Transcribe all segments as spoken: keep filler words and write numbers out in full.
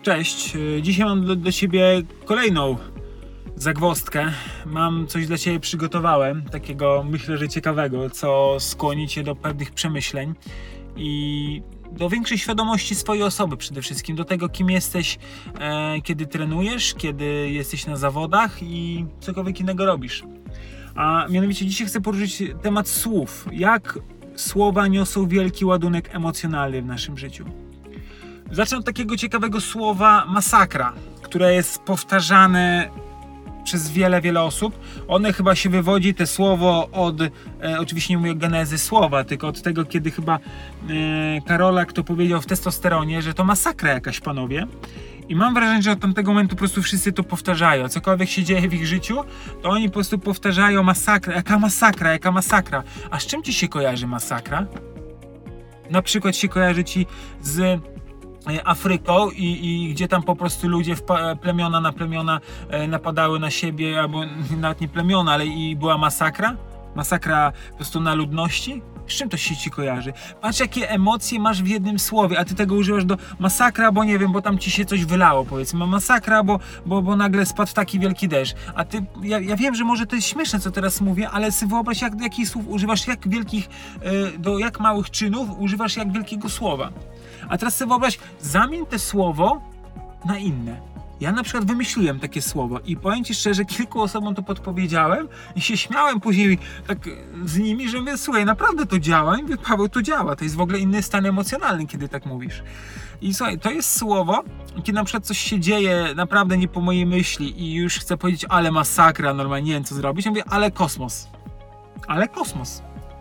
Cześć, dzisiaj mam dla, dla Ciebie kolejną zagwozdkę. Mam coś dla Ciebie przygotowałem, takiego myślę, że ciekawego, co skłoni Cię do pewnych przemyśleń i do większej świadomości swojej osoby przede wszystkim, do tego, kim jesteś, e, kiedy trenujesz, kiedy jesteś na zawodach i cokolwiek innego robisz. A mianowicie dzisiaj chcę poruszyć temat słów. Jak słowa niosą wielki ładunek emocjonalny w naszym życiu. Zacznę od takiego ciekawego słowa masakra, które jest powtarzane przez wiele, wiele osób. One chyba się wywodzi, te słowo od, e, oczywiście nie mówię o genezy słowa, tylko od tego, kiedy chyba e, Karolak to powiedział w Testosteronie, że to masakra jakaś, panowie. I mam wrażenie, że od tamtego momentu po prostu wszyscy to powtarzają. Cokolwiek się dzieje w ich życiu, to oni po prostu powtarzają masakra. Jaka masakra, jaka masakra. A z czym ci się kojarzy masakra? Na przykład się kojarzy ci z Afryką i, i gdzie tam po prostu ludzie, wpa- plemiona na plemiona e, napadały na siebie, albo nawet nie plemiona, ale i była masakra. Masakra po prostu na ludności. Z czym to się ci kojarzy? Patrz, jakie emocje masz w jednym słowie, a ty tego używasz do masakra, bo nie wiem, bo tam ci się coś wylało, powiedzmy. Masakra, bo, bo, bo nagle spadł taki wielki deszcz. A ty, ja, ja wiem, że może to jest śmieszne, co teraz mówię, ale sobie wyobraź, jak, jakich słów używasz, jak wielkich, yy, do jak małych czynów używasz jak wielkiego słowa. A teraz sobie wyobraź, zamień to słowo na inne. Ja na przykład wymyśliłem takie słowo i powiem Ci szczerze, kilku osobom to podpowiedziałem i się śmiałem później tak z nimi, że mówię, słuchaj, naprawdę to działa. I mówię, Paweł, to działa. To jest w ogóle inny stan emocjonalny, kiedy tak mówisz. I słuchaj, to jest słowo, kiedy na przykład coś się dzieje naprawdę nie po mojej myśli i już chcę powiedzieć, ale masakra, normalnie nie wiem co zrobić. Ja mówię, ale kosmos. Ale kosmos.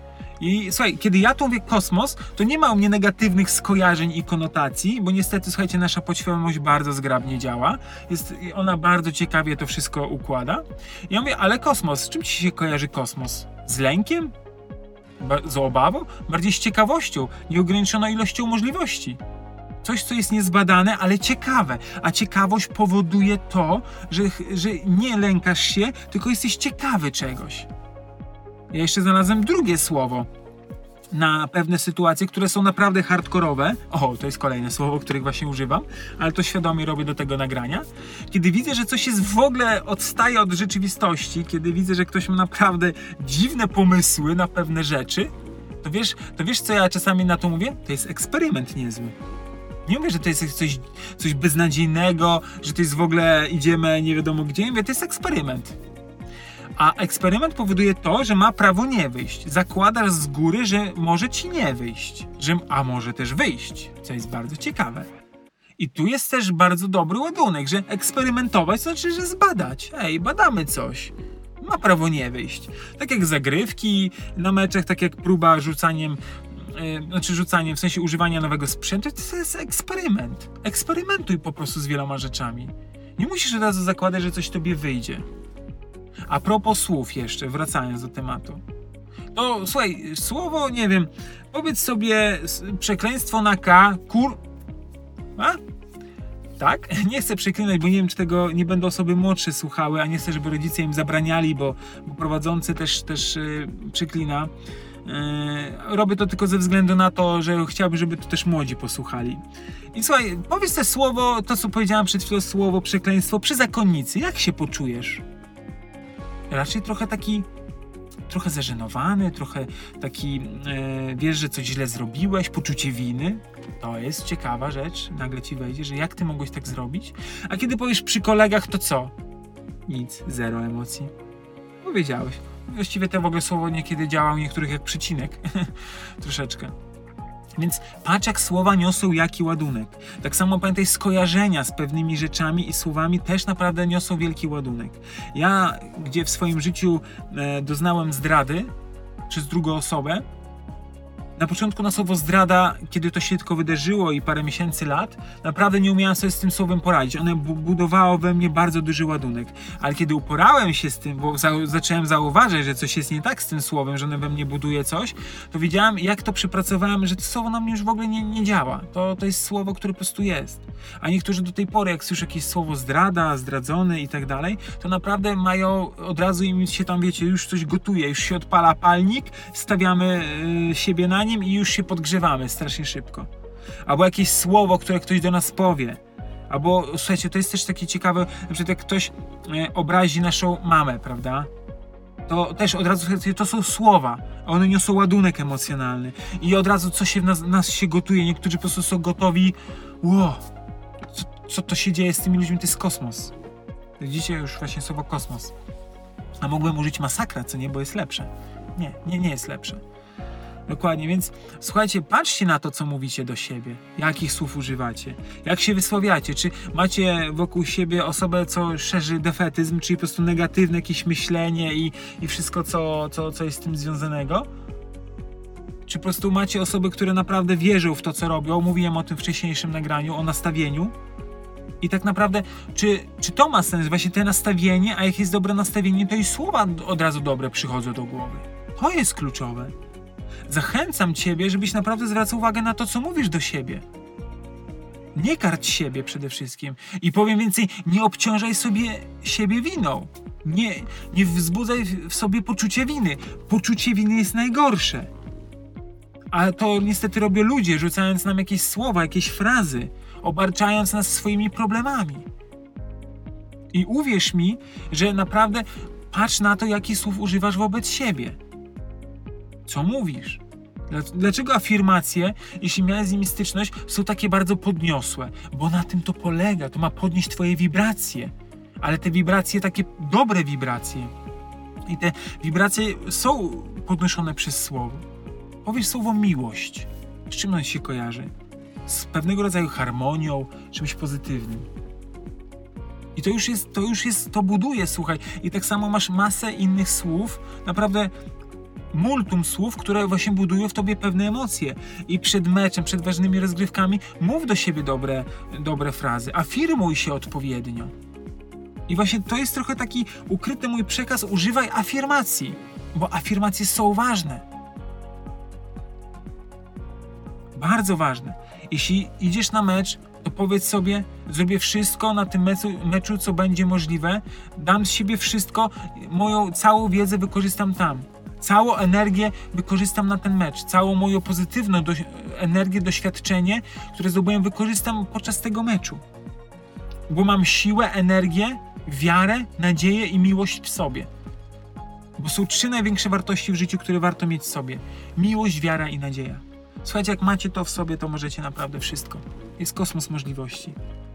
I słuchaj, kiedy ja tu mówię kosmos, to nie ma u mnie negatywnych skojarzeń i konotacji, bo niestety, słuchajcie, nasza podświadomość bardzo zgrabnie działa. Jest, ona bardzo ciekawie to wszystko układa. I ja mówię, ale kosmos, z czym ci się kojarzy kosmos? Z lękiem? Ba- z obawą? Bardziej z ciekawością, nieograniczoną ilością możliwości. Coś, co jest niezbadane, ale ciekawe. A ciekawość powoduje to, że, że nie lękasz się, tylko jesteś ciekawy czegoś. Ja jeszcze znalazłem drugie słowo na pewne sytuacje, które są naprawdę hardkorowe. O, to jest kolejne słowo, których właśnie używam, ale to świadomie robię do tego nagrania. Kiedy widzę, że coś jest w ogóle odstaje od rzeczywistości, kiedy widzę, że ktoś ma naprawdę dziwne pomysły na pewne rzeczy, to wiesz, to wiesz co ja czasami na to mówię? To jest eksperyment niezły. Nie mówię, że to jest coś, coś beznadziejnego, że to jest w ogóle idziemy nie wiadomo gdzie. Mówię, to jest eksperyment. A eksperyment powoduje to, że ma prawo nie wyjść. Zakładasz z góry, że może ci nie wyjść. Że, a może też wyjść, co jest bardzo ciekawe. I tu jest też bardzo dobry ładunek, że eksperymentować to znaczy, że zbadać. Ej, badamy coś. Ma prawo nie wyjść. Tak jak zagrywki na meczach, tak jak próba rzucaniem, yy, znaczy rzucaniem, w sensie używania nowego sprzętu, to jest eksperyment. Eksperymentuj po prostu z wieloma rzeczami. Nie musisz od razu zakładać, że coś tobie wyjdzie. A propos słów jeszcze, wracając do tematu. To słuchaj, słowo, nie wiem, powiedz sobie przekleństwo na K, kur... A? Tak? Nie chcę przeklinać, bo nie wiem, czy tego nie będą osoby młodsze słuchały, a nie chcę, żeby rodzice im zabraniali, bo, bo prowadzący też, też yy, przeklina. Yy, robię to tylko ze względu na to, że chciałbym, żeby to też młodzi posłuchali. I słuchaj, powiedz te słowo, to co powiedziałem przed chwilą, słowo przekleństwo przy zakonnicy. Jak się poczujesz? Raczej trochę taki, trochę zażenowany, trochę taki, e, wiesz, że coś źle zrobiłeś, poczucie winy. To jest ciekawa rzecz, nagle ci wejdzie, że jak ty mogłeś tak zrobić? A kiedy powiesz przy kolegach, to co? Nic, zero emocji. Powiedziałeś. Właściwie to w ogóle słowo niekiedy działa u niektórych jak przycinek. Troszeczkę. Więc patrz, jak słowa niosą jaki ładunek. Tak samo pamiętaj, skojarzenia z pewnymi rzeczami i słowami też naprawdę niosą wielki ładunek. Ja, gdzie w swoim życiu e, doznałem zdrady przez drugą osobę, na początku na słowo zdrada, kiedy to się tylko wydarzyło i parę miesięcy, lat, naprawdę nie umiałem sobie z tym słowem poradzić. One bu- budowało we mnie bardzo duży ładunek. Ale kiedy uporałem się z tym, bo za- zacząłem zauważyć, że coś jest nie tak z tym słowem, że ono we mnie buduje coś, to wiedziałem, jak to przepracowałem, że to słowo na mnie już w ogóle nie, nie działa. To, to jest słowo, które po prostu jest. A niektórzy do tej pory, jak słyszę jakieś słowo zdrada, zdradzony i tak dalej, to naprawdę mają, od razu im się tam, wiecie, już coś gotuje, już się odpala palnik, stawiamy yy, siebie na nim i już się podgrzewamy strasznie szybko. Albo jakieś słowo, które ktoś do nas powie. Albo, słuchajcie, to jest też takie ciekawe, na przykład jak ktoś e, obrazi naszą mamę, prawda? To też od razu, to są słowa, one niosą ładunek emocjonalny i od razu co się w nas, nas się gotuje, niektórzy po prostu są gotowi, wow, co, co to się dzieje z tymi ludźmi, to jest kosmos. Widzicie już właśnie słowo kosmos. A mogłem użyć masakra, co nie, bo jest lepsze. Nie, nie, nie jest lepsze. Dokładnie, więc słuchajcie, patrzcie na to, co mówicie do siebie, jakich słów używacie, jak się wysławiacie, czy macie wokół siebie osobę, co szerzy defetyzm, czyli po prostu negatywne jakieś myślenie i, i wszystko, co, co, co jest z tym związanego, czy po prostu macie osoby, które naprawdę wierzą w to, co robią, mówiłem o tym w wcześniejszym nagraniu, o nastawieniu i tak naprawdę, czy, czy to ma sens, właśnie te nastawienie, a jak jest dobre nastawienie, to i słowa od razu dobre przychodzą do głowy, to jest kluczowe. Zachęcam Ciebie, żebyś naprawdę zwracał uwagę na to, co mówisz do siebie. Nie karć siebie przede wszystkim. I powiem więcej, nie obciążaj sobie siebie winą. Nie, nie wzbudzaj w sobie poczucia winy. Poczucie winy jest najgorsze. A to niestety robią ludzie, rzucając nam jakieś słowa, jakieś frazy, obarczając nas swoimi problemami. I uwierz mi, że naprawdę patrz na to, jakich słów używasz wobec siebie. Co mówisz? Dlaczego afirmacje, jeśli miałeś z nimi styczność, są takie bardzo podniosłe? Bo na tym to polega, to ma podnieść twoje wibracje. Ale te wibracje, takie dobre wibracje. I te wibracje są podnoszone przez słowo. Powiesz słowo miłość. Z czym ono się kojarzy? Z pewnego rodzaju harmonią, czymś pozytywnym. I to już jest, to już jest, to buduje, słuchaj. I tak samo masz masę innych słów, naprawdę multum słów, które właśnie budują w tobie pewne emocje. I przed meczem, przed ważnymi rozgrywkami mów do siebie dobre, dobre frazy. Afirmuj się odpowiednio. I właśnie to jest trochę taki ukryty mój przekaz. Używaj afirmacji, bo afirmacje są ważne. Bardzo ważne. Jeśli idziesz na mecz, to powiedz sobie, zrobię wszystko na tym meczu, meczu, co będzie możliwe. Dam z siebie wszystko, moją całą wiedzę wykorzystam tam. Całą energię wykorzystam na ten mecz. Całą moją pozytywną do, energię, doświadczenie, które zdobyłem, wykorzystam podczas tego meczu. Bo mam siłę, energię, wiarę, nadzieję i miłość w sobie. Bo są trzy największe wartości w życiu, które warto mieć w sobie. Miłość, wiara i nadzieja. Słuchajcie, jak macie to w sobie, to możecie naprawdę wszystko. Jest kosmos możliwości.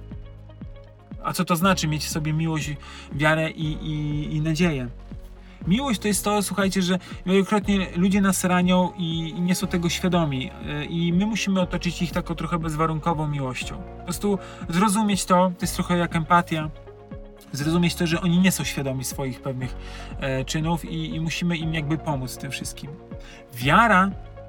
A co to znaczy mieć w sobie miłość, wiarę i, i, i nadzieję? Miłość to jest to, słuchajcie, że wielokrotnie ludzie nas ranią i, i nie są tego świadomi. I my musimy otoczyć ich taką trochę bezwarunkową miłością. Po prostu zrozumieć to, to jest trochę jak empatia. Zrozumieć to, że oni nie są świadomi swoich pewnych e, czynów i, i musimy im jakby pomóc w tym wszystkim. Wiara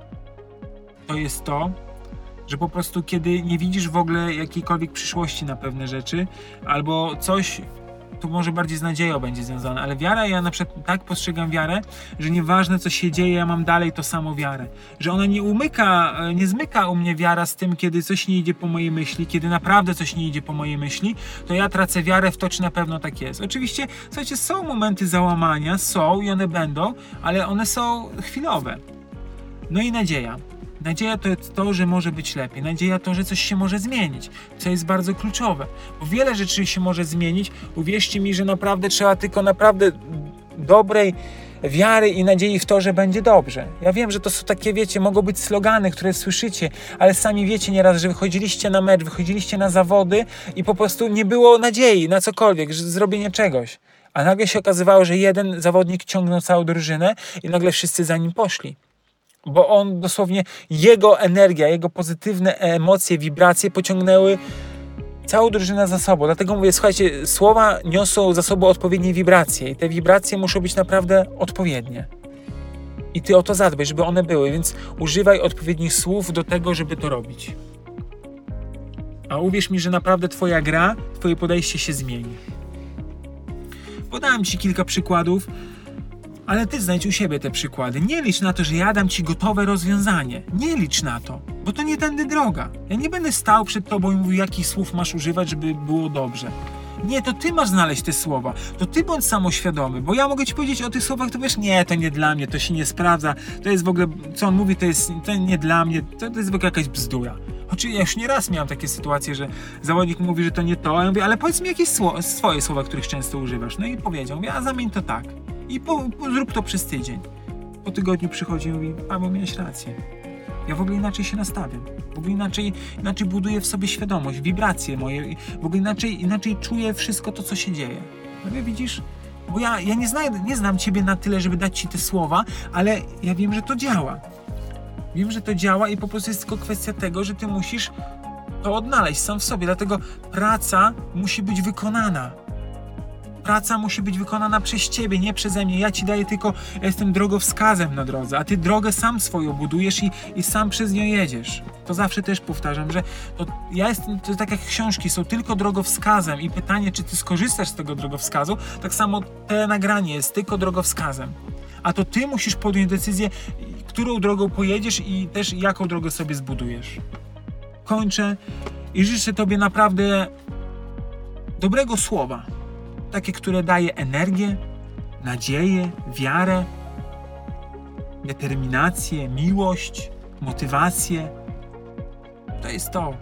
to jest to, że po prostu kiedy nie widzisz w ogóle jakiejkolwiek przyszłości na pewne rzeczy, albo coś, tu może bardziej z nadzieją będzie związane, ale wiara, ja na przykład tak postrzegam wiarę, że nieważne co się dzieje, ja mam dalej to samo wiarę. Że ona nie umyka, nie zmyka u mnie wiara z tym, kiedy coś nie idzie po mojej myśli, kiedy naprawdę coś nie idzie po mojej myśli, to ja tracę wiarę w to, czy na pewno tak jest. Oczywiście, słuchajcie, są momenty załamania, są i one będą, ale one są chwilowe. No i nadzieja. Nadzieja to jest to, że może być lepiej. Nadzieja to, że coś się może zmienić, co jest bardzo kluczowe. Bo wiele rzeczy się może zmienić. Uwierzcie mi, że naprawdę trzeba tylko naprawdę dobrej wiary i nadziei w to, że będzie dobrze. Ja wiem, że to są takie, wiecie, mogą być slogany, które słyszycie, ale sami wiecie nieraz, że wychodziliście na mecz, wychodziliście na zawody i po prostu nie było nadziei na cokolwiek, że zrobienie czegoś. A nagle się okazywało, że jeden zawodnik ciągnął całą drużynę i nagle wszyscy za nim poszli. Bo on dosłownie, jego energia, jego pozytywne emocje, wibracje pociągnęły całą drużynę za sobą. Dlatego mówię, słuchajcie, słowa niosą za sobą odpowiednie wibracje i te wibracje muszą być naprawdę odpowiednie. I ty o to zadbaj, żeby one były, więc używaj odpowiednich słów do tego, żeby to robić. A uwierz mi, że naprawdę twoja gra, twoje podejście się zmieni. Podałem ci kilka przykładów, ale ty znajdź u siebie te przykłady. Nie licz na to, że ja dam ci gotowe rozwiązanie. Nie licz na to, bo to nie tędy droga. Ja nie będę stał przed tobą i mówił, jakich słów masz używać, żeby było dobrze. Nie, to ty masz znaleźć te słowa. To ty bądź samoświadomy, bo ja mogę ci powiedzieć o tych słowach, to wiesz, nie, to nie dla mnie, to się nie sprawdza, to jest w ogóle, co on mówi, to jest to nie dla mnie, to, to jest w ogóle jakaś bzdura. Choć ja już nie raz miałem takie sytuacje, że zawodnik mówi, że to nie to, a ja mówię, ale powiedz mi jakieś sło- swoje słowa, których często używasz. No i powiedział, mówię, a zamień to tak. I po, po, zrób to przez tydzień. Po tygodniu przychodzi i mówi, Paweł, miałeś rację. Ja w ogóle inaczej się nastawiam. W ogóle inaczej, inaczej buduję w sobie świadomość, wibracje moje. W ogóle inaczej, inaczej czuję wszystko to, co się dzieje. No i widzisz, bo ja, ja nie, znam, nie znam ciebie na tyle, żeby dać ci te słowa, ale ja wiem, że to działa. Wiem, że to działa i po prostu jest tylko kwestia tego, że ty musisz to odnaleźć sam w sobie. Dlatego praca musi być wykonana. Praca musi być wykonana przez ciebie, nie przeze mnie. Ja ci daję tylko, ja jestem drogowskazem na drodze, a ty drogę sam swoją budujesz i, i sam przez nią jedziesz. To zawsze też powtarzam, że to ja jestem, to tak jak książki są tylko drogowskazem i pytanie, czy ty skorzystasz z tego drogowskazu, tak samo te nagranie jest tylko drogowskazem. A to ty musisz podjąć decyzję, którą drogą pojedziesz i też jaką drogę sobie zbudujesz. Kończę i życzę tobie naprawdę dobrego słowa. Takie, które daje energię, nadzieję, wiarę, determinację, miłość, motywację. To jest to.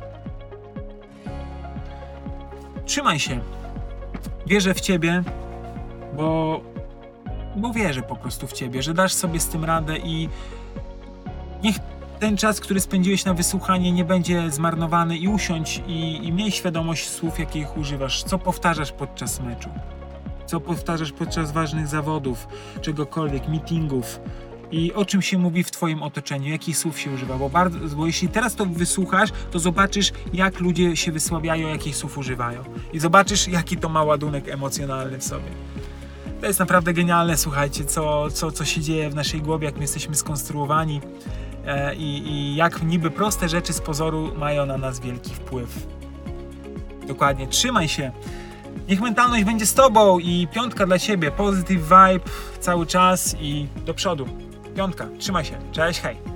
Trzymaj się. Wierzę w ciebie, bo, bo wierzę po prostu w ciebie, że dasz sobie z tym radę i niech ten czas, który spędziłeś na wysłuchanie, nie będzie zmarnowany i usiądź i, i miej świadomość słów, jakich używasz, co powtarzasz podczas meczu, co powtarzasz podczas ważnych zawodów, czegokolwiek, meetingów i o czym się mówi w twoim otoczeniu, jakich słów się używa, bo, bardzo, bo jeśli teraz to wysłuchasz, to zobaczysz, jak ludzie się wysławiają, jakich słów używają i zobaczysz, jaki to ma ładunek emocjonalny w sobie. To jest naprawdę genialne, słuchajcie, co, co, co się dzieje w naszej głowie, jak my jesteśmy skonstruowani. I, i jak niby proste rzeczy z pozoru mają na nas wielki wpływ. Dokładnie, trzymaj się. Niech mentalność będzie z tobą i piątka dla ciebie. Positive vibe cały czas i do przodu. Piątka, trzymaj się. Cześć, hej.